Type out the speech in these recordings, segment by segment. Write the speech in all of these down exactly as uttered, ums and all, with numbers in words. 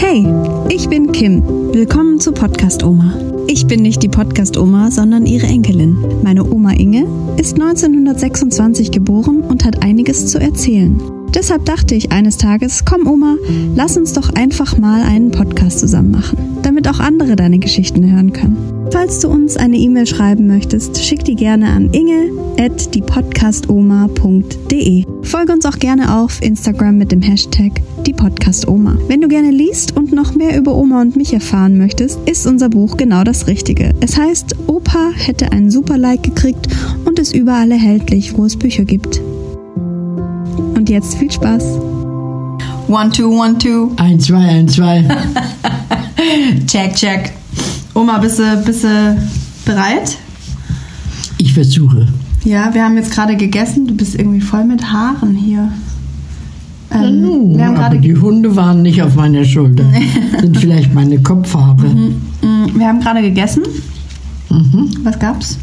Hey, ich bin Kim. Willkommen zu Podcast Oma. Ich bin nicht die Podcast Oma, sondern ihre Enkelin. Meine Oma Inge ist neunzehnhundertsechsundzwanzig geboren und hat einiges zu erzählen. Deshalb dachte ich eines Tages, komm Oma, lass uns doch einfach mal einen Podcast zusammen machen, damit auch andere deine Geschichten hören können. Falls du uns eine E-Mail schreiben möchtest, schick die gerne an inge at diepodcastoma punkt de. Folge uns auch gerne auf Instagram mit dem Hashtag diepodcastoma. Wenn du gerne liest und noch mehr über Oma und mich erfahren möchtest, ist unser Buch genau das Richtige. Es heißt, Opa hätte einen super Like gekriegt und ist überall erhältlich, wo es Bücher gibt. Und jetzt viel Spaß. One, two, one, two. Eins, zwei, eins, zwei. Check, check. Oma, bist du, bist du bereit? Ich versuche. Ja, wir haben jetzt gerade gegessen. Du bist irgendwie voll mit Haaren hier. Ähm, no, wir haben aber die Hunde waren nicht auf meiner Schulter. Sind vielleicht meine Kopfhaare. Mhm, wir haben gerade gegessen. Mhm. Was gab's?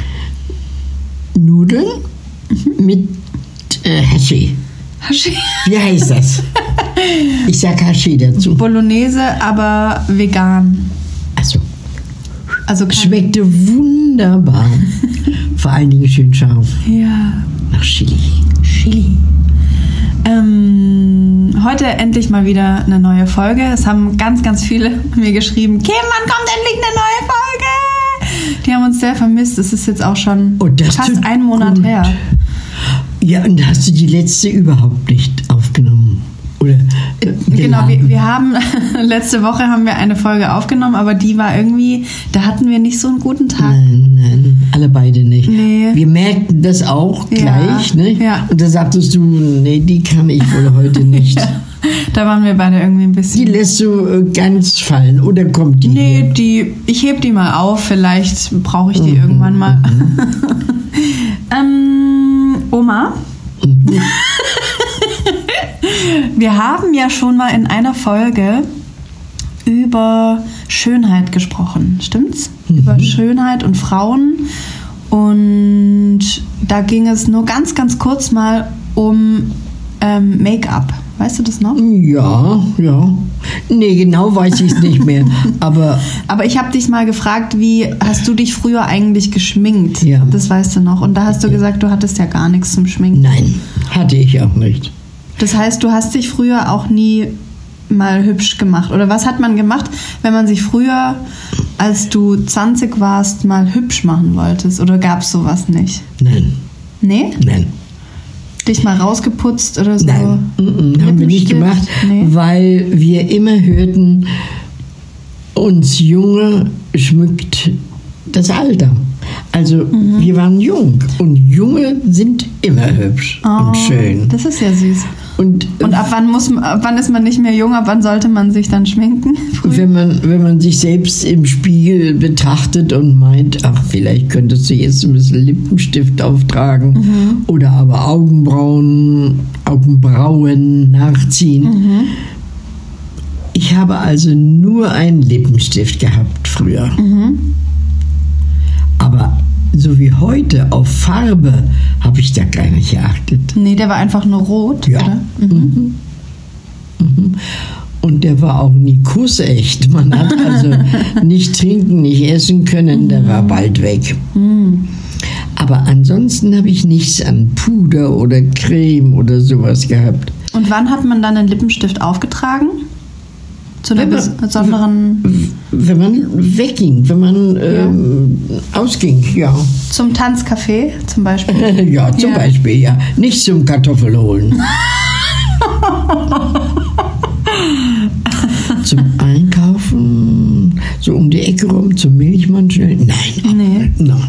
Nudeln mhm. mit äh, Hashi. Hashi? Wie heißt das? Ich sag Hashi dazu. Bolognese, aber vegan. Also, also schmeckte wunderbar. Vor allen Dingen schön scharf. Ja. Nach Chili. Chili. Ähm, heute endlich mal wieder eine neue Folge. Es haben ganz, ganz viele mir geschrieben, Kim, wann kommt endlich eine neue Folge? Die haben uns sehr vermisst. Es ist jetzt auch schon oh, fast einen Monat gut. her. Ja, und hast du die letzte überhaupt nicht aufgenommen? Oder genau, wir, wir haben letzte Woche haben wir eine Folge aufgenommen, aber die war irgendwie, da hatten wir nicht so einen guten Tag. Nein, nein, alle beide nicht. Nee. Wir merkten das auch gleich, ja, ne? Ja. Und da sagtest du, nee, die kann ich wohl heute nicht. Ja, da waren wir beide irgendwie ein bisschen. Die lässt du äh, ganz fallen, oder kommt die? Nee, hier? die, ich heb die mal auf, vielleicht brauche ich die mhm, irgendwann mal. Mhm. ähm, Oma? Mhm. Wir haben ja schon mal in einer Folge über Schönheit gesprochen, stimmt's? Mhm. Über Schönheit und Frauen. Und da ging es nur ganz, ganz kurz mal um ähm, Make-up. Weißt du das noch? Ja, ja. Nee, genau weiß ich es nicht mehr. Aber, Aber ich habe dich mal gefragt, wie hast du dich früher eigentlich geschminkt? Ja. Das weißt du noch. Und da hast du gesagt, du hattest ja gar nichts zum Schminken. Nein, hatte ich auch nicht. Das heißt, du hast dich früher auch nie mal hübsch gemacht. Oder was hat man gemacht, wenn man sich früher, als du zwanzig warst, mal hübsch machen wolltest? Oder gab es sowas nicht? Nein. Nee? Nein. Dich mal rausgeputzt oder so? Nein, mm-mm, haben wir nicht gemacht, nee. Weil wir immer hörten, uns Junge schmückt das Alter. Also mhm. wir waren jung und Junge sind immer hübsch oh, und schön. Das ist ja süß. Und, und ab wann muss ab wann ist man nicht mehr jung, ab wann sollte man sich dann schminken? Wenn man, wenn man sich selbst im Spiegel betrachtet und meint, ach, vielleicht könntest du jetzt ein bisschen Lippenstift auftragen mhm. oder aber Augenbrauen, Augenbrauen nachziehen. Mhm. Ich habe also nur einen Lippenstift gehabt früher. Mhm. Aber so wie heute auf Farbe habe ich da gar nicht geachtet. Nee, der war einfach nur rot, ja. oder? Mhm. Mhm. Und der war auch nie kussecht. Man hat also nicht trinken, nicht essen können, der war bald weg. Mhm. Aber ansonsten habe ich nichts an Puder oder Creme oder sowas gehabt. Und wann hat man dann einen Lippenstift aufgetragen? Zu einer besonderen... Wenn man wegging, wenn man ja. ähm, ausging, ja. Zum Tanzcafé zum Beispiel? ja, zum ja. Beispiel, ja. Nicht zum Kartoffel holen. Zum Einkaufen, so um die Ecke rum, zum Milchmann schnell. Nein, nee. nein.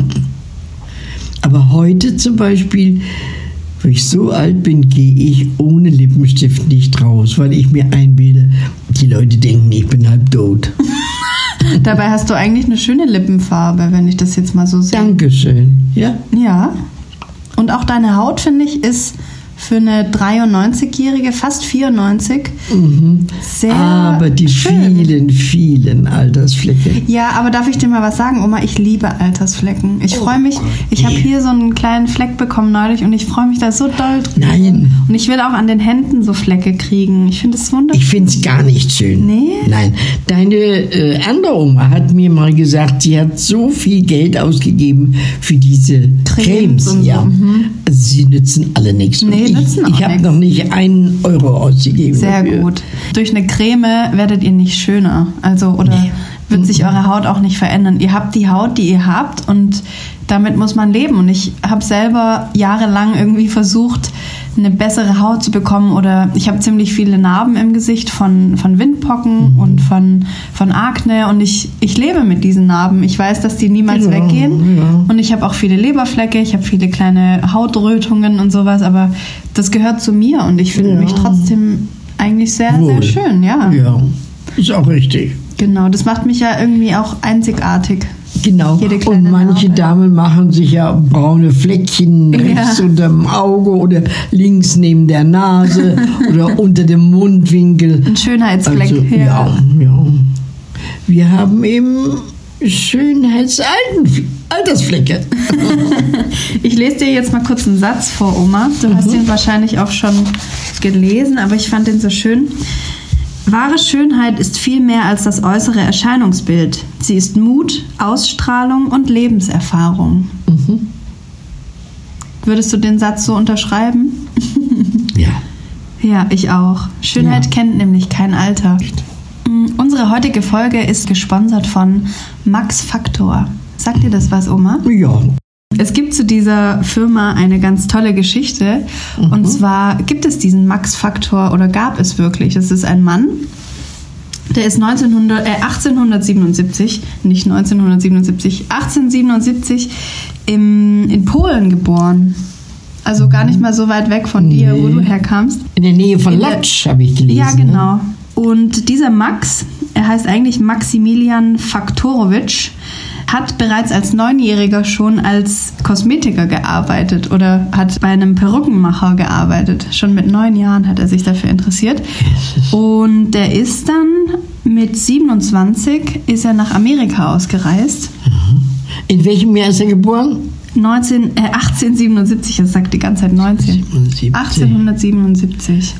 Aber heute zum Beispiel... Wenn ich so alt bin, gehe ich ohne Lippenstift nicht raus, weil ich mir einbilde, die Leute denken, ich bin halb tot. Dabei hast du eigentlich eine schöne Lippenfarbe, wenn ich das jetzt mal so sehe. Dankeschön. Ja? Ja. Und auch deine Haut, finde ich, ist für eine dreiundneunzigjährige, fast vierundneunzig. Mhm. Sehr aber die schön. vielen, vielen Altersflecke. Ja, aber darf ich dir mal was sagen, Oma? Ich liebe Altersflecken. Ich Oh freue mich, Gott, ich habe nee. hier so einen kleinen Fleck bekommen neulich und ich freue mich da so doll drüber. Nein. Und ich will auch an den Händen so Flecke kriegen. Ich finde es wunderschön. Ich finde es gar nicht schön. Nee? Nein. Deine äh, andere Oma hat mir mal gesagt, sie hat so viel Geld ausgegeben für diese Cremes Cremes. und so, ja. mhm. Also sie nützen alle nichts. Und Nee, ich, nützen auch Ich habe nichts. noch nicht einen Euro ausgegeben. Sehr dafür. gut. Durch eine Creme werdet ihr nicht schöner. Also, oder Nee. wird sich eure Haut auch nicht verändern. Ihr habt die Haut, die ihr habt und damit muss man leben. Und ich habe selber jahrelang irgendwie versucht, eine bessere Haut zu bekommen oder ich habe ziemlich viele Narben im Gesicht von, von Windpocken Mhm. und von, von Akne und ich, ich lebe mit diesen Narben. Ich weiß, dass die niemals Ja, weggehen ja. und ich habe auch viele Leberflecke, ich habe viele kleine Hautrötungen und sowas, aber das gehört zu mir und ich finde Ja. mich trotzdem eigentlich sehr, Wohl. sehr schön, ja. Ja, ist auch richtig. Genau, das macht mich ja irgendwie auch einzigartig. Genau. Jede kleine Und manche Narbe. Damen machen sich ja braune Fleckchen Ja. rechts unter dem Auge oder links neben der Nase oder unter dem Mundwinkel. Ein Schönheitsfleck. Also, ja. ja, ja. Wir haben eben Schönheitsaltersflecke. Ich lese dir jetzt mal kurz einen Satz vor, Oma. Du hast ihn wahrscheinlich auch schon gelesen, aber ich fand den so schön. Wahre Schönheit ist viel mehr als das äußere Erscheinungsbild. Sie ist Mut, Ausstrahlung und Lebenserfahrung. Mhm. Würdest du den Satz so unterschreiben? Ja. Ja, ich auch. Schönheit Ja. kennt nämlich kein Alter. Mm, Unsere heutige Folge ist gesponsert von Max Factor. Sagt dir das was, Oma? Ja. Es gibt zu dieser Firma eine ganz tolle Geschichte. Und zwar gibt es diesen Max Factor oder gab es wirklich. Es ist ein Mann, der ist neunzehnhundert, äh, achtzehnhundertsiebenundsiebzig, nicht neunzehnhundertsiebenundsiebzig, achtzehnhundertsiebenundsiebzig im, in Polen geboren. Also gar nicht mal so weit weg von dir, wo Nee. du herkamst. In der Nähe von In der- Lodz habe ich gelesen. Ja, genau. Und dieser Max, er heißt eigentlich Maximilian Faktorowitsch, hat bereits als Neunjähriger schon als Kosmetiker gearbeitet oder hat bei einem Perückenmacher gearbeitet. Schon mit neun Jahren hat er sich dafür interessiert. Und der ist dann mit siebenundzwanzig ist er nach Amerika ausgereist. In welchem Jahr ist er geboren? neunzehn, äh, achtzehnhundertsiebenundsiebzig, er sagt die ganze Zeit neunzehn. siebenundsiebzig. achtzehnhundertsiebenundsiebzig.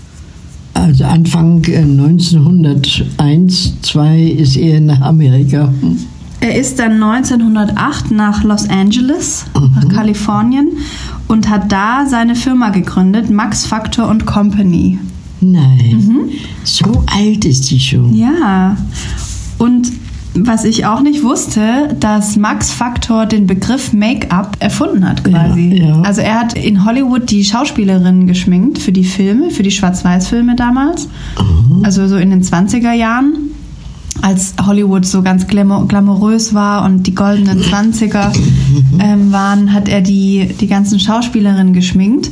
Also Anfang äh, neunzehnhunderteins, zwei ist er nach Amerika. Hm. Er ist dann neunzehnhundertacht nach Los Angeles, nach Kalifornien und hat da seine Firma gegründet, Max Factor und Company. Nein, so alt ist die schon. Ja, und was ich auch nicht wusste, dass Max Factor den Begriff Make-up erfunden hat quasi. Ja, ja. Also er hat in Hollywood die Schauspielerinnen geschminkt für die Filme, für die Schwarz-Weiß-Filme damals. Also so in den zwanziger Jahren, als Hollywood so ganz glamour- glamourös war und die goldenen Zwanziger ähm, waren, hat er die, die ganzen Schauspielerinnen geschminkt.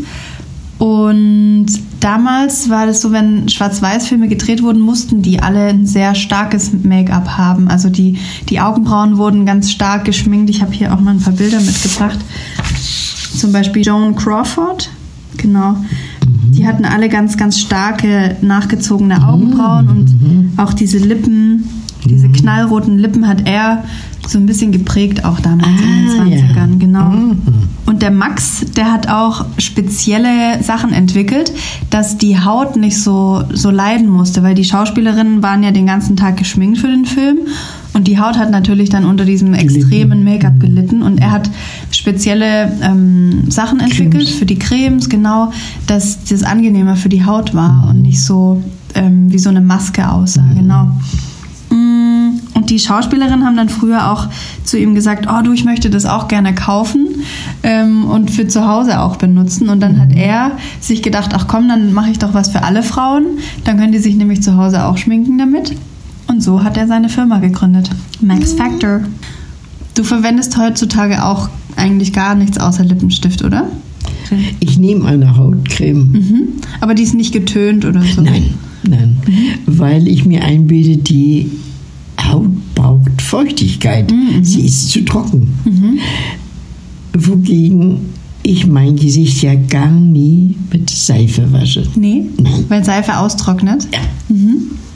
Und damals war das so, wenn Schwarz-Weiß-Filme gedreht wurden, mussten die alle ein sehr starkes Make-up haben. Also die, die Augenbrauen wurden ganz stark geschminkt. Ich habe hier auch mal ein paar Bilder mitgebracht. Zum Beispiel Joan Crawford, genau. Die hatten alle ganz, ganz starke, nachgezogene Augenbrauen und auch diese Lippen, diese knallroten Lippen hat er so ein bisschen geprägt, auch damals in den Ah, zwanzigern, ja. genau. Und der Max, der hat auch spezielle Sachen entwickelt, dass die Haut nicht so, so leiden musste, weil die Schauspielerinnen waren ja den ganzen Tag geschminkt für den Film und die Haut hat natürlich dann unter diesem extremen Make-up gelitten und er hat spezielle ähm, Sachen entwickelt Cremes. für die Cremes, genau, dass das angenehmer für die Haut war und nicht so ähm, wie so eine Maske aussah, genau. Mm, Und die Schauspielerinnen haben dann früher auch zu ihm gesagt, oh du, ich möchte das auch gerne kaufen ähm, und für zu Hause auch benutzen. Und dann hat er sich gedacht, ach komm, dann mache ich doch was für alle Frauen. Dann können die sich nämlich zu Hause auch schminken damit. Und so hat er seine Firma gegründet. Max Factor. Du verwendest heutzutage auch eigentlich gar nichts außer Lippenstift, oder? Ich nehme eine Hautcreme. Mhm. Aber die ist nicht getönt oder so? Nein, nein. Weil ich mir einbilde, die Haut braucht Feuchtigkeit. Mhm. Sie ist zu trocken. Wogegen ich mein Gesicht ja gar nie mit Seife wasche. Nee? Nein. Weil Seife austrocknet? Ja. Mhm.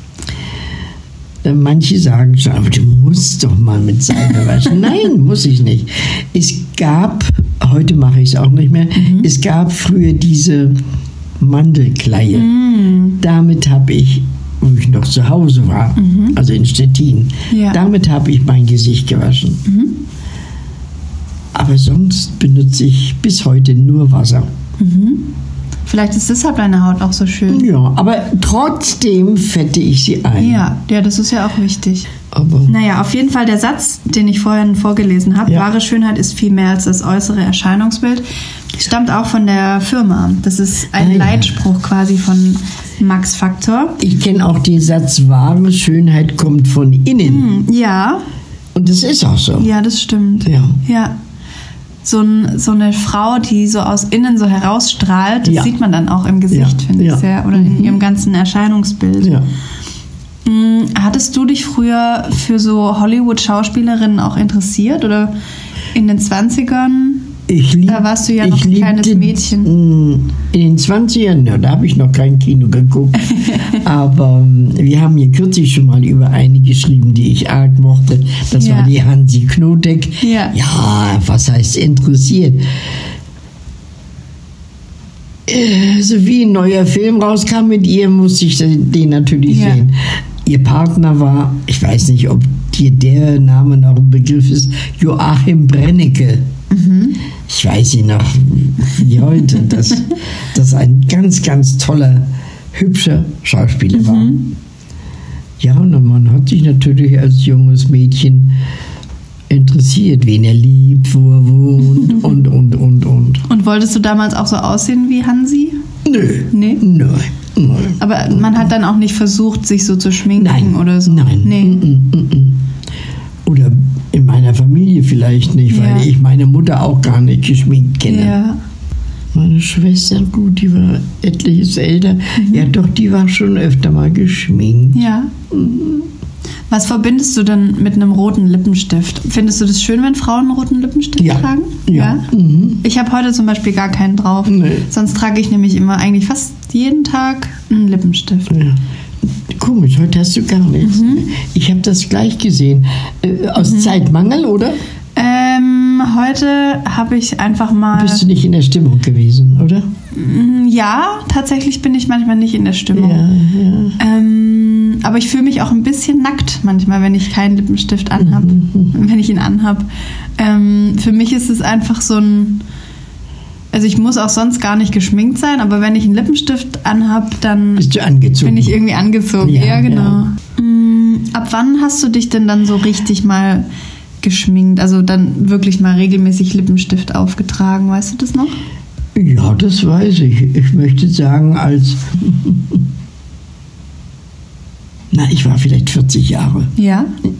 Manche sagen schon, aber du musst doch mal mit Seife waschen. Nein, muss ich nicht. Es gab, heute mache ich es auch nicht mehr, mhm. es gab früher diese Mandelkleie. Mhm. Damit habe ich, wo ich noch zu Hause war, mhm. also in Stettin, ja. damit habe ich mein Gesicht gewaschen. Mhm. Aber sonst benutze ich bis heute nur Wasser. Mhm. Vielleicht ist deshalb deine Haut auch so schön. Ja, aber trotzdem fette ich sie ein. Ja, ja, das ist ja auch wichtig. Aber naja, auf jeden Fall der Satz, den ich vorhin vorgelesen habe, ja. wahre Schönheit ist viel mehr als das äußere Erscheinungsbild, stammt auch von der Firma. Das ist ein ah, Leitspruch ja. quasi von Max Factor. Ich kenne auch den Satz, wahre Schönheit kommt von innen. Hm, ja. Und das ist auch so. Ja, das stimmt. Ja. Ja. So, ein, so eine Frau, die so aus innen so herausstrahlt, das ja. sieht man dann auch im Gesicht, ja. finde ja. ich sehr. Oder in ihrem ganzen Erscheinungsbild. Ja. Hattest du dich früher für so Hollywood-Schauspielerinnen auch interessiert? Oder in den zwanzigern? Ich lieb, da warst du ja noch ein kleines den, Mädchen. In den zwanzigern, ja, da habe ich noch kein Kino geguckt. Aber wir haben hier kürzlich schon mal über eine geschrieben, die ich arg mochte. Das ja. war die Hansi Knotek. Ja. ja, was heißt interessiert? Äh, so wie ein neuer Film rauskam mit ihr, musste ich den natürlich ja. sehen. Ihr Partner war, ich weiß nicht, ob dir der Name noch ein Begriff ist, Joachim Brennecke. Mhm. Ich weiß ihn noch wie heute, dass das ein ganz, ganz toller, hübscher Schauspieler mhm. war. Ja, und man hat sich natürlich als junges Mädchen interessiert, wen er liebt, wo er wohnt und, und, und, und. Und wolltest du damals auch so aussehen wie Hansi? Nö. Nee? Nö. Nö. Aber man hat dann auch nicht versucht, sich so zu schminken Nein. oder so? Nein. Nee. Mm, mm, mm. Oder in meiner Familie vielleicht nicht, weil ja. ich meine Mutter auch gar nicht geschminkt kenne. Ja. Meine Schwester, gut, die war etliches älter. Mhm. Ja, doch, die war schon öfter mal geschminkt. Ja. Mhm. Was verbindest du denn mit einem roten Lippenstift? Findest du das schön, wenn Frauen einen roten Lippenstift ja. tragen? Ja. ja? Mhm. Ich habe heute zum Beispiel gar keinen drauf. Nee. Sonst trage ich nämlich immer eigentlich fast jeden Tag einen Lippenstift. Ja. Komisch, heute hast du gar nichts. Mhm. Ich habe das gleich gesehen. Äh, aus mhm. Zeitmangel, oder? Ähm, heute habe ich einfach mal... Bist du nicht in der Stimmung gewesen, oder? Ja, tatsächlich bin ich manchmal nicht in der Stimmung. Ja, ja. Ähm, aber ich fühle mich auch ein bisschen nackt manchmal, wenn ich keinen Lippenstift anhab, mhm. wenn ich ihn anhab. Ähm, für mich ist es einfach so ein... Also ich muss auch sonst gar nicht geschminkt sein, aber wenn ich einen Lippenstift anhab, dann bist du angezogen. Bin ich irgendwie angezogen. Ja, ja genau. Ja. Ab wann hast du dich denn dann so richtig mal geschminkt? Also dann wirklich mal regelmäßig Lippenstift aufgetragen, weißt du das noch? Ja, das weiß ich. Ich möchte sagen, als... Na, ich war vielleicht vierzig Jahre. Ja?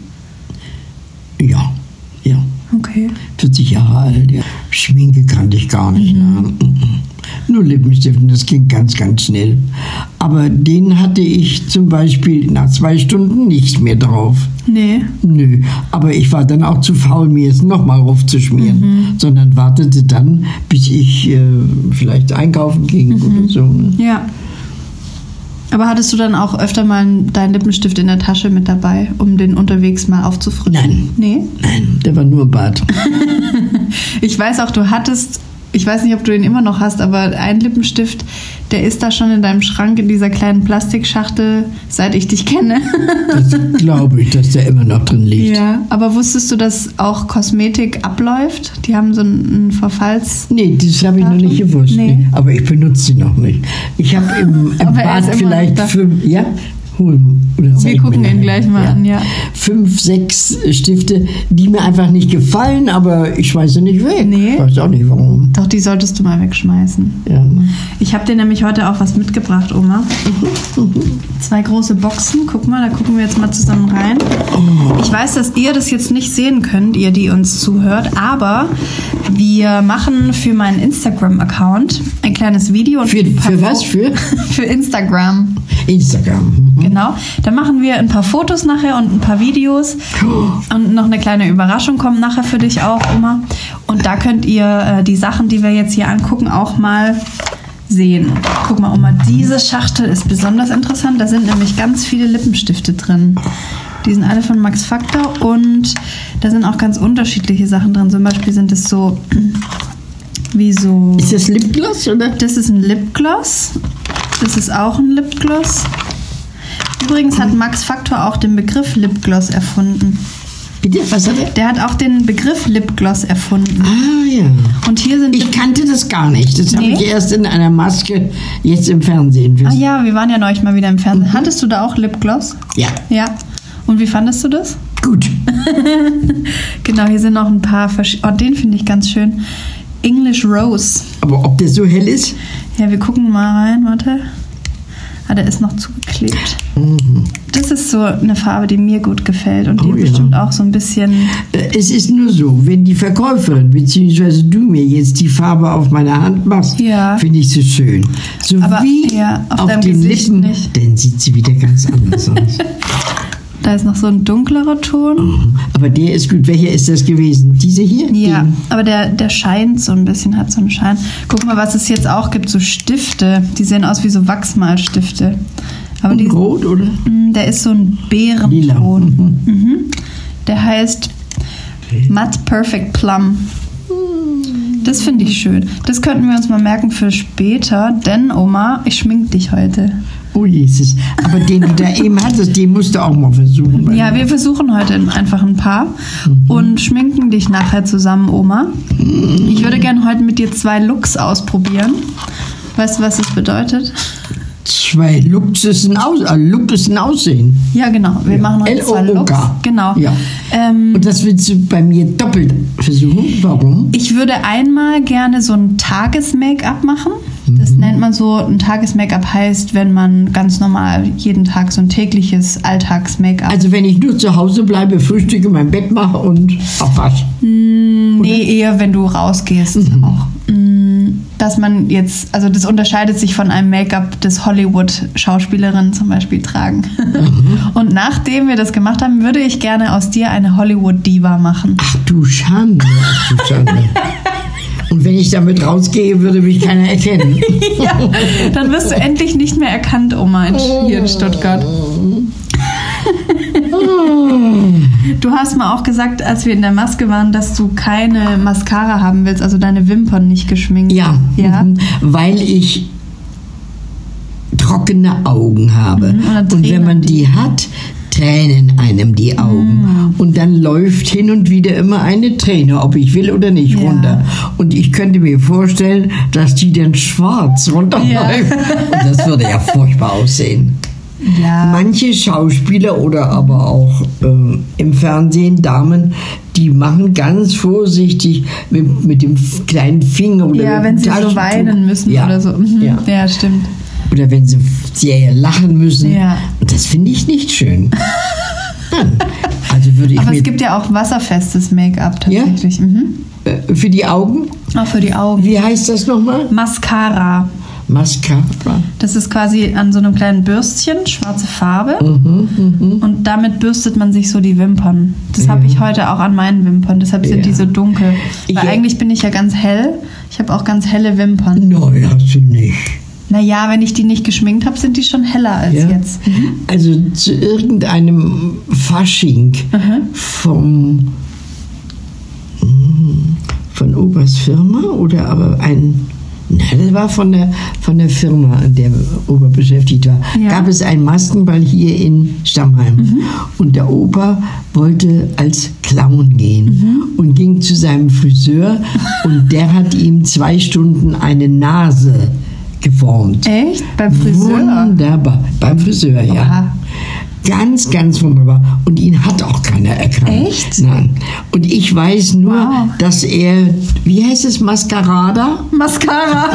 Ja, ja. Okay. vierzig Jahre alt, ja. Schminke kannte ich gar nicht. Mhm. Ne? Nur Lippenstiften, das ging ganz, ganz schnell. Aber den hatte ich zum Beispiel nach zwei Stunden nicht mehr drauf. Nee. Nö. Aber ich war dann auch zu faul, mir jetzt nochmal raufzuschmieren, mhm. sondern wartete dann, bis ich äh, vielleicht einkaufen ging mhm. oder so. Ne? Ja. Aber hattest du dann auch öfter mal deinen Lippenstift in der Tasche mit dabei, um den unterwegs mal aufzufrischen? Nein. Nee? Nein, der war nur im Bad. Ich weiß auch, du hattest, ich weiß nicht, ob du den immer noch hast, aber ein Lippenstift, der ist da schon in deinem Schrank in dieser kleinen Plastikschachtel, seit ich dich kenne. Das glaube ich, dass der immer noch drin liegt. Ja, aber wusstest du, dass auch Kosmetik abläuft? Die haben so einen Verfalls... Nee, das habe ich noch nicht gewusst. Nee. Nee. Aber ich benutze sie noch nicht. Ich habe im, im Bad vielleicht fünf... Ja? Holen. Oder wir gucken ihn gleich mal ja. an, ja. Fünf, sechs Stifte, die mir einfach nicht gefallen, aber ich schmeiße nicht weg. Nee. Ich weiß auch nicht, warum. Doch, die solltest du mal wegschmeißen. Ja. Ich habe dir nämlich heute auch was mitgebracht, Oma. Zwei große Boxen. Guck mal, da gucken wir jetzt mal zusammen rein. Ich weiß, dass ihr das jetzt nicht sehen könnt, ihr, die uns zuhört, aber wir Wir machen für meinen Instagram-Account ein kleines Video. Und Für, ein paar für was? Fo- Für Für Instagram. Instagram. Mhm. Genau. Da machen wir ein paar Fotos nachher und ein paar Videos. Und noch eine kleine Überraschung kommt nachher für dich auch, Oma. Und da könnt ihr äh, die Sachen, die wir jetzt hier angucken, auch mal sehen. Guck mal, Oma, diese Schachtel ist besonders interessant. Da sind nämlich ganz viele Lippenstifte drin. Die sind alle von Max Factor und da sind auch ganz unterschiedliche Sachen drin. Zum Beispiel sind es so wie so... Ist das Lipgloss, oder? Das ist ein Lipgloss. Das ist auch ein Lipgloss. Übrigens hat Max Factor auch den Begriff Lipgloss erfunden. Bitte, was hat er? Der hat auch den Begriff Lipgloss erfunden. Ah, ja. Und hier sind... Ich kannte das gar nicht. Das habe Nee? ich erst in einer Maske jetzt im Fernsehen. Ah ja, wir waren ja neulich mal wieder im Fernsehen. Hattest du da auch Lipgloss? Ja, Ja. Und wie fandest du das? gut. Genau, hier sind noch ein paar verschiedene... Oh, den finde ich ganz schön. English Rose. Aber ob der so hell ist? Ja, wir gucken mal rein, warte. Ah, der ist noch zugeklebt. Mhm. Das ist so eine Farbe, die mir gut gefällt und die Oh, ja. bestimmt auch so ein bisschen... Äh, Es ist nur so, wenn die Verkäuferin bzw. du mir jetzt die Farbe auf meiner Hand machst, Ja. finde ich sie schön. So Aber, wie ja, auf auf deinem den Gesicht Lippen, nicht. dann sieht sie wieder ganz anders aus. Da ist noch so ein dunklerer Ton. Aber der ist gut. Welcher ist das gewesen? Diese hier? Ja, Den? aber der, der scheint so ein bisschen, hat so einen Schein. Guck mal, was es jetzt auch gibt, so Stifte. Die sehen aus wie so Wachsmalstifte. Aber Und die, rot, oder? Mm, der ist so ein Lila. Beerenton. Mhm. Der heißt Matte Perfect Plum. Das finde ich schön. Das könnten wir uns mal merken für später, denn Oma, ich schmink dich heute. Oh Jesus. Aber den du da eben hattest, den musst du auch mal versuchen. Ja, wir versuchen heute einfach ein paar und schminken dich nachher zusammen, Oma. Ich würde gerne heute mit dir zwei Looks ausprobieren. Weißt du, was das bedeutet? Zwei Looks ist ein, Aus äh, Look ist ein Aussehen. Ja, genau. Wir machen heute zwei L O O Looks. K. Genau. Ja. Ähm, Und das willst du bei mir doppelt versuchen? Warum? ich würde einmal gerne so ein Tages-Make-up machen. Das Mhm. nennt man so, ein Tages-Make-up heißt, wenn man ganz normal jeden Tag so ein tägliches Alltags-Make-up. Also wenn ich nur zu Hause bleibe, frühstücke, mein Bett mache und abwasch. Nee, eher wenn du rausgehst auch. Mm, Dass man jetzt, also das unterscheidet sich von einem Make-up, das Hollywood-Schauspielerinnen zum Beispiel tragen. Und nachdem wir das gemacht haben, würde ich gerne aus dir eine Hollywood-Diva machen. Ach du Schande, ach du Schande. Und wenn ich damit rausgehe, würde mich keiner erkennen. Ja, dann wirst du endlich nicht mehr erkannt, Oma, in, hier in Stuttgart. Du hast mal auch gesagt, als wir in der Maske waren, dass du keine Mascara haben willst, also deine Wimpern nicht geschminkt. Ja, Ja. mhm, weil ich trockene Augen habe. Mhm, und dann und wenn tränen man die. die hat, tränen einem die Augen. Mhm. Und dann läuft hin und wieder immer eine Träne, ob ich will oder nicht, Ja. runter. Und ich könnte mir vorstellen, dass die dann schwarz runterläuft. Ja. Und das würde ja furchtbar aussehen. Ja. Manche Schauspieler oder aber auch ähm, im Fernsehen Damen, die machen ganz vorsichtig mit, mit dem f- kleinen Finger oder Ja, mit wenn dem sie so Taschentuch. weinen müssen Ja, oder so. Mhm. Ja. Ja, stimmt. Oder wenn sie sehr lachen müssen. Ja. Und das finde ich nicht schön. Nein. Also würde ich Aber mir es gibt ja auch wasserfestes Make-up tatsächlich. Mhm. äh, für die Augen, Auch für die Augen. wie heißt das nochmal? Mascara. Mascara. Das ist quasi an so einem kleinen Bürstchen, schwarze Farbe. Mhm, Und damit bürstet man sich so die Wimpern. Das habe ich heute auch an meinen Wimpern. Deshalb sind Ja. die so dunkel. Ich- Weil eigentlich bin ich ja ganz hell. Ich habe auch ganz helle Wimpern. Nein, hast du nicht. Naja, wenn ich die nicht geschminkt habe, sind die schon heller als Ja. jetzt. Also zu irgendeinem Fasching vom mm, von Obers Firma oder aber ein na, das war von der, von der Firma, an der Opa beschäftigt war. Ja. Gab es einen Maskenball hier in Stammheim. Und der Opa wollte als Clown gehen und ging zu seinem Friseur und der hat ihm zwei Stunden eine Nase geformt. Echt? Beim Friseur? Wunderbar. Beim Friseur, ja. Aha. Ganz, ganz wunderbar. Und ihn hat auch keiner erkannt. Echt? Nein. Und ich weiß nur, Wow. dass er, wie heißt es, Mascarada? Mascara.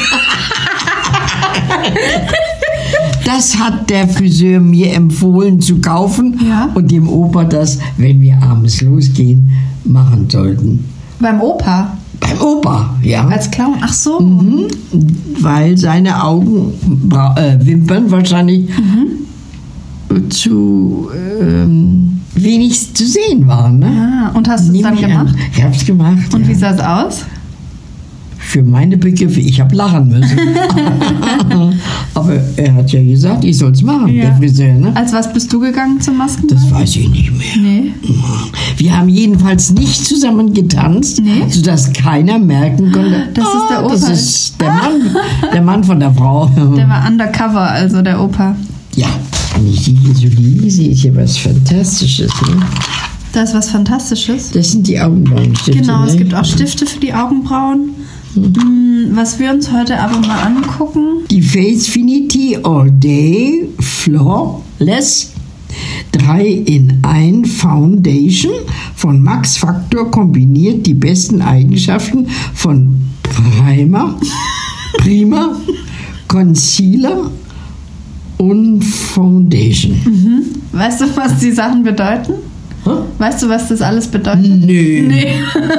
Das hat der Friseur mir empfohlen zu kaufen Ja. und dem Opa das, wenn wir abends losgehen, machen sollten. Beim Opa. Beim Opa, ja. Als Clown? Ach so. Mhm. Weil seine Augen, äh, Wimpern wahrscheinlich mhm. zu ähm, wenig zu sehen waren. Ne? Ah, und hast du es dann gemacht? An. Ich habe es gemacht. Und ja. wie sah es aus? Für meine Begriffe, ich habe lachen müssen. Aber er hat ja gesagt, ich soll es machen, ja. Der Friseur. Ne? Als was bist du gegangen zum Maskenball? Das weiß ich nicht mehr. Nee. Wir haben jedenfalls nicht zusammen getanzt, nee. sodass keiner merken konnte, das ist der Opa. Das ist der Mann, der Mann von der Frau. Der war undercover, also der Opa. Ja, wenn ich die hier so lese, ist ja was Fantastisches. Ne? Das ist was Fantastisches? Das sind die Augenbrauenstifte. Genau, ne? Es gibt auch Stifte für die Augenbrauen. Was wir uns heute aber mal angucken. Die Facefinity All Day Flawless drei in eins Foundation von Max Factor kombiniert die besten Eigenschaften von Primer, Primer, Concealer und Foundation. Mhm. Weißt du, was die Sachen bedeuten? Hä? Weißt du, was das alles bedeutet? Nö. Nee.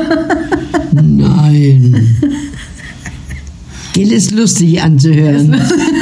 Nein. Gell, ist lustig anzuhören.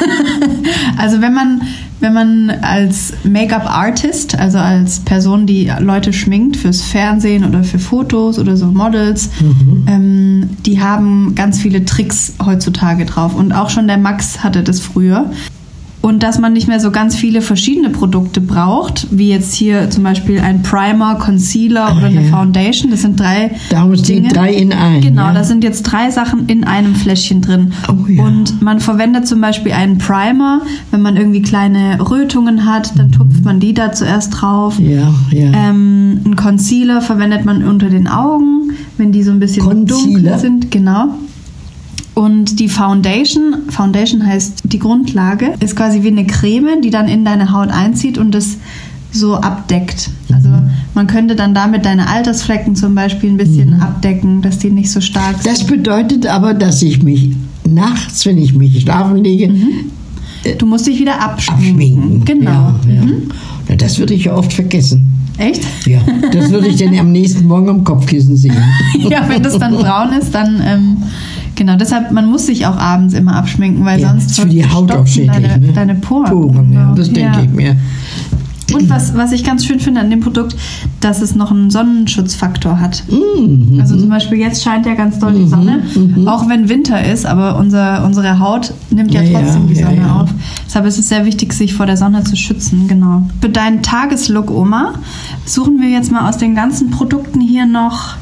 Also wenn man, wenn man als Make-up-Artist, also als Person, die Leute schminkt fürs Fernsehen oder für Fotos oder so Models, mhm. ähm, die haben ganz viele Tricks heutzutage drauf. Und auch schon der Max hatte das früher. Und dass man nicht mehr so ganz viele verschiedene Produkte braucht, wie jetzt hier zum Beispiel ein Primer, Concealer oder eine ja. Foundation. Das sind drei Darum Dinge. Die drei in einem. Genau, ja. da sind jetzt drei Sachen in einem Fläschchen drin. Oh, ja. Und man verwendet zum Beispiel einen Primer, wenn man irgendwie kleine Rötungen hat, dann tupft man die da zuerst drauf. Ja, ja. Ähm, ein Concealer verwendet man unter den Augen, wenn die so ein bisschen Concealer? dunkel sind. Genau. Und die Foundation, Foundation heißt die Grundlage, ist quasi wie eine Creme, die dann in deine Haut einzieht und das so abdeckt. Also man könnte dann damit deine Altersflecken zum Beispiel ein bisschen mhm. abdecken, dass die nicht so stark sind. Das bedeutet aber, dass ich mich nachts, wenn ich mich schlafen lege, mhm. du musst dich wieder abschminken. abschminken. Genau. Ja, ja. Mhm. Na, das würde ich ja oft vergessen. Echt? Ja, das würde ich dann am nächsten Morgen am Kopfkissen sehen. Ja, wenn das dann braun ist, dann... Ähm, Genau, deshalb, man muss sich auch abends immer abschminken, weil ja, sonst ist für die Haut auch schädlich, deine, ne? deine Poren. Poren, ja, das denke ja. ich mir. Und was, was ich ganz schön finde an dem Produkt, dass es noch einen Sonnenschutzfaktor hat. Mhm. Also zum Beispiel jetzt scheint ja ganz doll die Sonne, mhm. auch wenn Winter ist, aber unser, unsere Haut nimmt ja, ja trotzdem ja, die Sonne ja, ja. auf. Deshalb ist es sehr wichtig, sich vor der Sonne zu schützen. Genau. Für deinen Tageslook, Oma, suchen wir jetzt mal aus den ganzen Produkten hier noch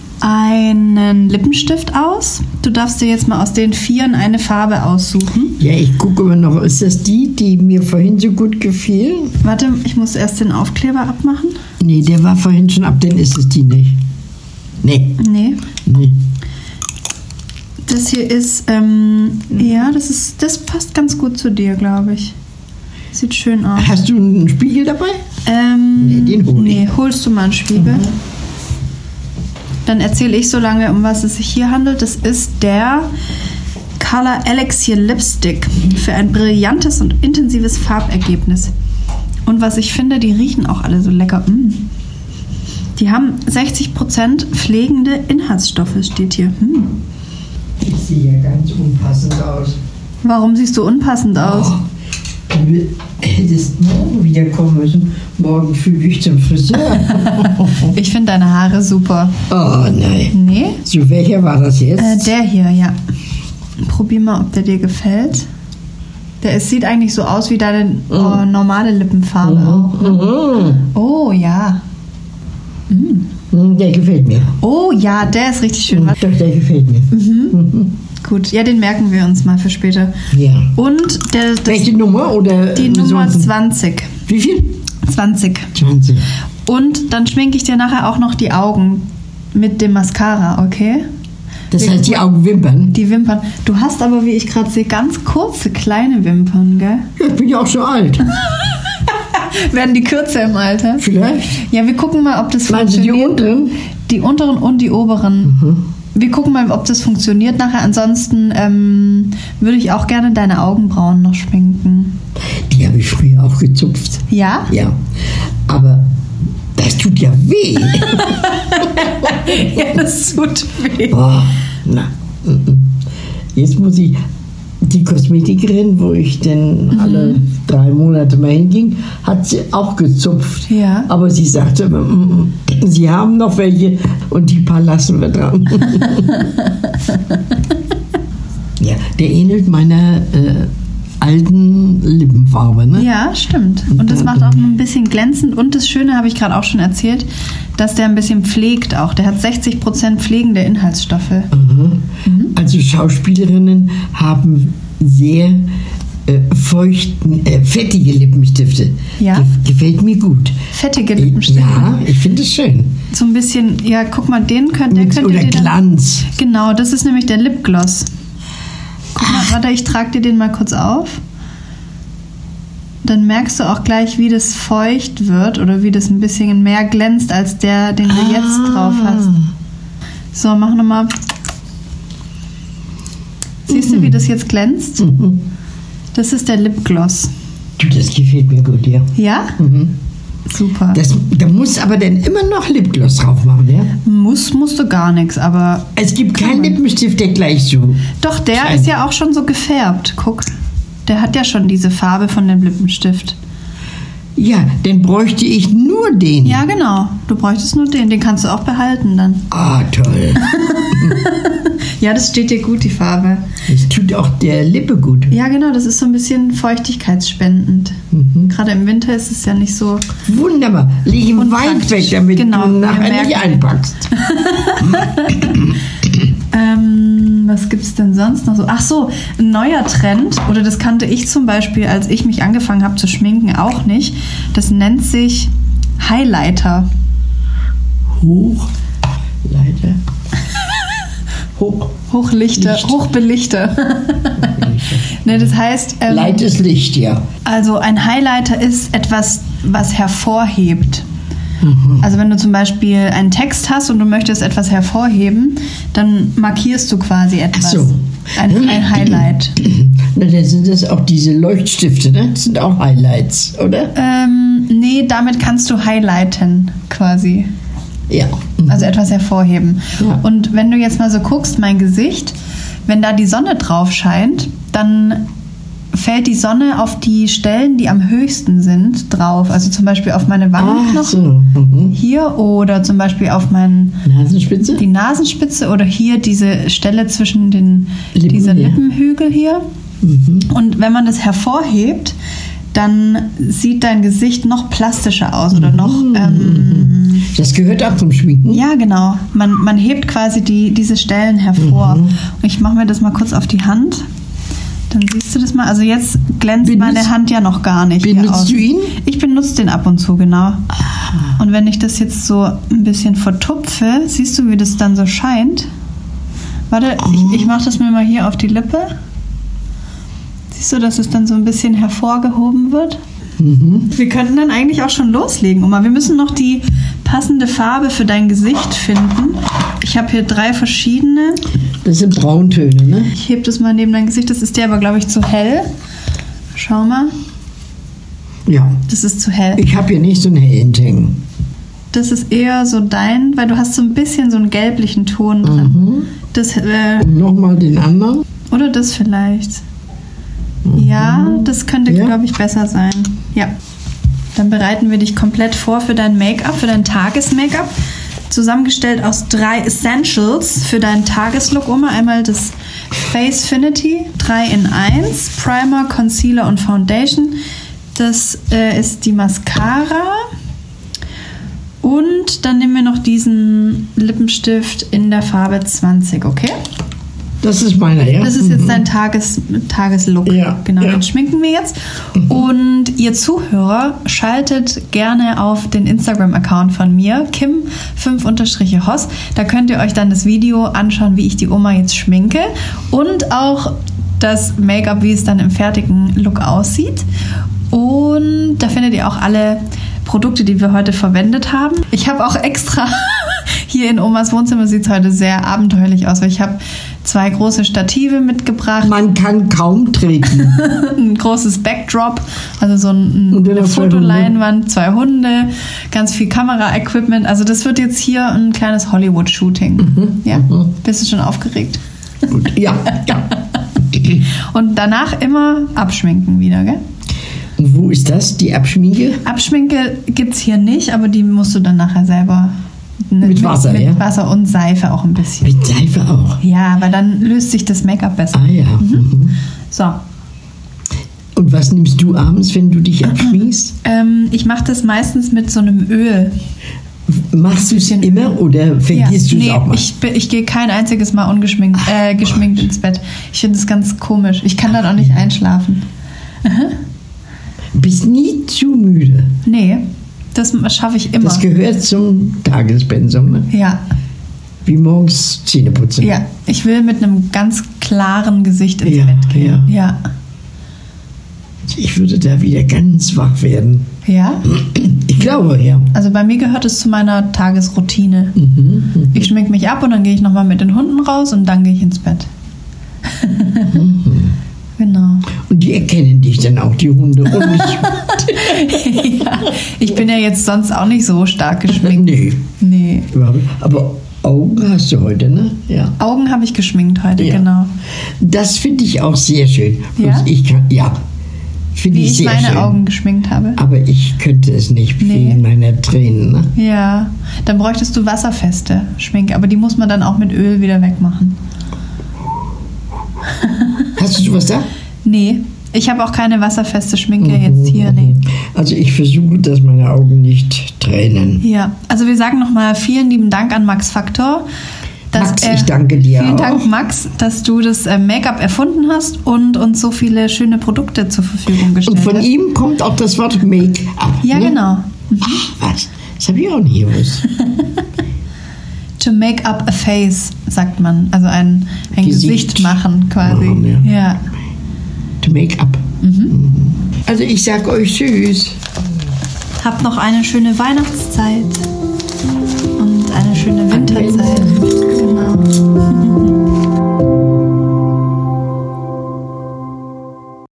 einen Lippenstift aus. Du darfst dir jetzt mal aus den Vieren eine Farbe aussuchen. Ja, ich gucke immer noch. Ist das die, die mir vorhin so gut gefiel? Warte, ich muss erst den Aufkleber abmachen. Nee, der war vorhin schon ab, dann ist es die nicht. Nee. Nee. Nee. Das hier ist, ähm, ja, das ist, das passt ganz gut zu dir, glaube ich. Sieht schön aus. Hast du einen Spiegel dabei? Ähm, nee, den hol ich. Nee, holst du mal einen Spiegel. Mhm. Dann erzähle ich so lange, um was es sich hier handelt. Das ist der Color Elixir Lipstick für ein brillantes und intensives Farbergebnis. Und was ich finde, die riechen auch alle so lecker. Mm. Die haben sechzig Prozent pflegende Inhaltsstoffe, steht hier. Mm. Ich sehe ja ganz unpassend aus. Warum siehst du unpassend aus? Oh. Du hättest morgen wiederkommen müssen. Morgen fühle ich zum Friseur. Ich finde deine Haare super. Oh nein. Nee? So, welcher war das jetzt? Äh, der hier, ja. Probier mal, ob der dir gefällt. Der es sieht eigentlich so aus wie deine mm. oh, normale Lippenfarbe mhm. auch. Ne? Mhm. Oh ja. Mm. Der gefällt mir. Oh ja, der ist richtig schön. Doch, der gefällt mir. Mhm. Mhm. Gut, ja, den merken wir uns mal für später. Ja. Und der, das, welche Nummer? Oder die Nummer zwanzig. Wie viel? zwanzig. zwanzig. Und dann schminke ich dir nachher auch noch die Augen mit dem Mascara, okay? Das heißt die Augenwimpern? Die Wimpern. Du hast aber, wie ich gerade sehe, ganz kurze, kleine Wimpern, gell? Ja, ich bin ja auch schon alt. Werden die kürzer im Alter? Vielleicht. Ja, wir gucken mal, ob das Meinst funktioniert. du die unteren? Die unteren und die oberen. Mhm. Wir gucken mal, ob das funktioniert nachher. Ansonsten ähm, würde ich auch gerne deine Augenbrauen noch schminken. Die habe ich früher auch gezupft. Ja? Ja. Aber das tut ja weh. Ja, das tut weh. Oh, Na, jetzt muss ich, die Kosmetikerin, wo ich denn mhm. alle drei Monate mal hinging, hat sie auch gezupft. Ja. Aber sie sagte, mm, sie haben noch welche und die paar lassen wir dran. Ja, der ähnelt meiner äh, alten Lippenfarbe, ne? Ja, stimmt. Und das macht auch ein bisschen glänzend. Und das Schöne, habe ich gerade auch schon erzählt, dass der ein bisschen pflegt auch. Der hat sechzig Prozent pflegende Inhaltsstoffe. Mhm. Mhm. Also Schauspielerinnen haben sehr äh, feuchten, äh, fettige Lippenstifte. Ja. Ge- gefällt mir gut. Fettige Lippenstifte? Ja, ich finde es schön. So ein bisschen, ja, guck mal, den könnt, der könnt Oder ihr dann, Glanz. Genau, das ist nämlich der Lipgloss. Guck mal, warte, ich trage dir den mal kurz auf. Dann merkst du auch gleich, wie das feucht wird oder wie das ein bisschen mehr glänzt als der, den du ah. jetzt drauf hast. So, mach nochmal. Siehst mhm. du, wie das jetzt glänzt? Mhm. Das ist der Lipgloss. Du, das gefällt mir gut, ja. Ja? Mhm. Super. Das, da muss aber dann immer noch Lipgloss drauf machen, ja? Muss, musst du gar nichts, aber... Es gibt keinen Lippenstift, der gleich so... Doch, der scheint. ist ja auch schon so gefärbt. Guck, der hat ja schon diese Farbe von dem Lippenstift. Ja, dann bräuchte ich nur den. Ja, genau. Du bräuchtest nur den. Den kannst du auch behalten dann. Ah, toll. Ja, das steht dir gut, die Farbe. Es tut auch der Lippe gut. Ja, genau. Das ist so ein bisschen feuchtigkeitsspendend. Mhm. Gerade im Winter ist es ja nicht so... Wunderbar. Leg ihn weit weg, damit genau, du nachher nicht einpackst. ähm, was gibt es denn sonst noch so? Ach so, ein neuer Trend. Oder das kannte ich zum Beispiel, als ich mich angefangen habe zu schminken, auch nicht. Das nennt sich Highlighter. Hochleiter. Hoch. Hochlichter, Licht. Hochbelichter. Ne, das heißt... Ähm, Light ist Licht, ja. Also ein Highlighter ist etwas, was hervorhebt. Mhm. Also wenn du zum Beispiel einen Text hast und du möchtest etwas hervorheben, dann markierst du quasi etwas. Ach so. Ein, ein Highlight. Na, dann sind das auch diese Leuchtstifte, ne? Das sind auch Highlights, oder? Ähm, nee, damit kannst du highlighten, quasi. Ja. Also etwas hervorheben. Ja. Und wenn du jetzt mal so guckst, mein Gesicht, wenn da die Sonne drauf scheint, dann fällt die Sonne auf die Stellen, die am höchsten sind, drauf. Also zum Beispiel auf meine Wangenknochen, so. mhm. hier, oder zum Beispiel auf meinen Nasenspitze, die Nasenspitze, oder hier diese Stelle zwischen den Lippen, dieser ja. Lippenhügel hier. Mhm. Und wenn man das hervorhebt, dann sieht dein Gesicht noch plastischer aus oder noch... Ähm, das gehört auch zum Schminken? Ja, genau. Man, man hebt quasi die, diese Stellen hervor. Mhm. Und ich mache mir das mal kurz auf die Hand. Dann siehst du das mal. Also jetzt glänzt benutzt, meine Hand ja noch gar nicht. Benutzt du ihn? Ich benutze den ab und zu, genau. Ah. Und wenn ich das jetzt so ein bisschen vertupfe, siehst du, wie das dann so scheint? Warte, oh. ich, ich mache das mir mal hier auf die Lippe. Siehst du, dass es dann so ein bisschen hervorgehoben wird? Mhm. Wir könnten dann eigentlich auch schon loslegen, Oma. Wir müssen noch die passende Farbe für dein Gesicht finden. Ich habe hier drei verschiedene. Das sind Brauntöne, ne? Ich hebe das mal neben dein Gesicht. Das ist dir aber, glaube ich, zu hell. Schau mal. Ja. Das ist zu hell. Ich habe hier nicht so einen hellen Ting. Das ist eher so dein, weil du hast so ein bisschen so einen gelblichen Ton drin. Mhm. Das, äh, Nochmal den anderen. Oder das vielleicht. Mhm. Ja, das könnte, ja. glaube ich, besser sein. Ja. Dann bereiten wir dich komplett vor für dein Make-up, für dein Tages-Make-up. Zusammengestellt aus drei Essentials für deinen Tageslook, Oma. Einmal das Facefinity drei in eins, Primer, Concealer und Foundation. Das äh, ist die Mascara. Und dann nehmen wir noch diesen Lippenstift in der Farbe zwanzig, okay? Das ist meiner, ja. Das ist jetzt dein Tages, Tageslook. Ja, genau, ja. Den schminken wir jetzt. Mhm. Und ihr Zuhörer, schaltet gerne auf den Instagram-Account von mir, Kim fünf Hoss. Da könnt ihr euch dann das Video anschauen, wie ich die Oma jetzt schminke. Und auch das Make-up, wie es dann im fertigen Look aussieht. Und da findet ihr auch alle Produkte, die wir heute verwendet haben. Ich habe auch extra... Hier in Omas Wohnzimmer sieht es heute sehr abenteuerlich aus, weil ich habe zwei große Stative mitgebracht. Man kann kaum treten. Ein großes Backdrop, also so ein, Und dann eine noch zwei Fotoleinwand, zwei Hunde, ganz viel Kamera-Equipment. Also das wird jetzt hier ein kleines Hollywood-Shooting. Mhm. Ja? Mhm. Bist du schon aufgeregt? Gut. Ja, ja. Und danach immer abschminken wieder, gell? Und wo ist das, die Abschminke? Abschminke gibt es hier nicht, aber die musst du dann nachher selber... Mit Wasser, mit, ja? Mit Wasser und Seife auch ein bisschen. Mit Seife auch? Ja, weil dann löst sich das Make-up besser. Ah ja. Mhm. So. Und was nimmst du abends, wenn du dich abschminkst? Ähm, ich mache das meistens mit so einem Öl. Machst du es immer oder vergisst ja, du es nee, auch mal? Ich, bin- ich gehe kein einziges Mal ungeschminkt äh, geschminkt ins Bett. Ich finde das ganz komisch. Ich kann dann auch nicht einschlafen. Bist nie zu müde. Nee, das schaffe ich immer. Das gehört zum Tagespensum, ne? Ja, Wie morgens Zähne putzen. ja. Ich will mit einem ganz klaren Gesicht ins Ja, Bett gehen. Ja. Ich würde da wieder ganz wach werden. Ja? Ich glaube, ja. Also bei mir gehört es zu meiner Tagesroutine. Mhm. Ich schmink mich ab und dann gehe ich nochmal mit den Hunden raus und dann gehe ich ins Bett. Genau. Und die erkennen dich dann auch, die Hunde. Und ich, Ja, ich bin ja jetzt sonst auch nicht so stark geschminkt. nee, Nee. überhaupt nicht. Aber Augen hast du heute, ne? Ja. Augen habe ich geschminkt heute, Ja. genau. Das finde ich auch sehr schön. Ja? Und ich kann, ja, finde Wie ich ich sehr meine schön. Augen geschminkt habe. Aber ich könnte es nicht Nee. wegen meiner Tränen. Ne? Ja, dann bräuchtest du wasserfeste Schminke, aber die muss man dann auch mit Öl wieder wegmachen. Hast du was da? Nee, ich habe auch keine wasserfeste Schminke jetzt hier, nee. Also ich versuche, dass meine Augen nicht tränen. Ja, also wir sagen nochmal vielen lieben Dank an Max Factor. dass Max, er- ich danke dir Vielen auch. Dank, Max, dass du das äh, Make-up erfunden hast und uns so viele schöne Produkte zur Verfügung gestellt Und von hast. ihm kommt auch das Wort Make-up. Ja, ne? genau. Ach, was? Das habe ich auch nicht gewusst. To make up a face, sagt man. Also ein, ein Gesicht Gesicht machen quasi. machen, ja. Ja. To make-up. Mhm. Also ich sag euch Tschüss. Habt noch eine schöne Weihnachtszeit und eine schöne Winterzeit. Genau.